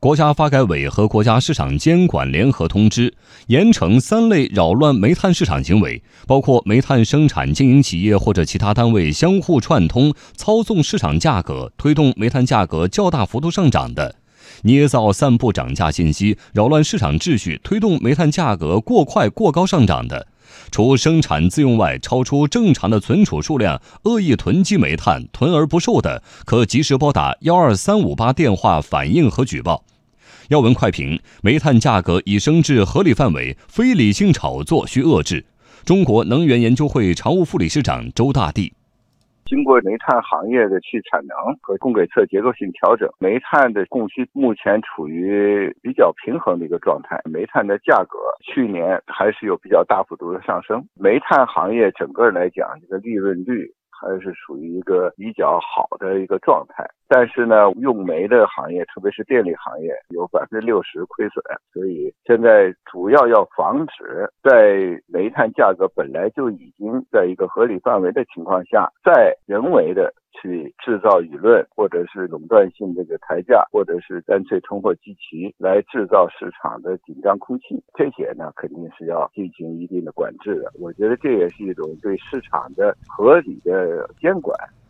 国家发改委和国家市场监管联合通知，严惩3类扰乱煤炭市场行为，包括煤炭生产经营企业或者其他单位相互串通、操纵市场价格，推动煤炭价格较大幅度上涨的；捏造、散布涨价信息，扰乱市场秩序，推动煤炭价格过快、过高上涨的。除生产自用外，超出正常的存储数量，恶意囤积煤炭、囤而不售的，可及时拨打12358电话反映和举报。要闻快评：煤炭价格已升至合理范围，非理性炒作需遏制。中国能源研究会常务副理事长周大地。 经过煤炭行业的去产能和供给侧结构性调整，煤炭的供需目前处于比较平衡的一个状态。煤炭的价格去年还是有比较大幅度的上升。煤炭行业整个来讲，这个利润率还是属于一个比较好的一个状态。但是呢，用煤的行业，特别是电力行业，有60%亏损，所以现在主要防止在煤炭价格本来就已经在一个合理范围的情况下，再人为的去制造舆论，或者是垄断性这个抬价，或者是干脆通过机器来制造市场的紧张空气，这些呢肯定是要进行一定的管制的。我觉得这也是一种对市场的合理的监管。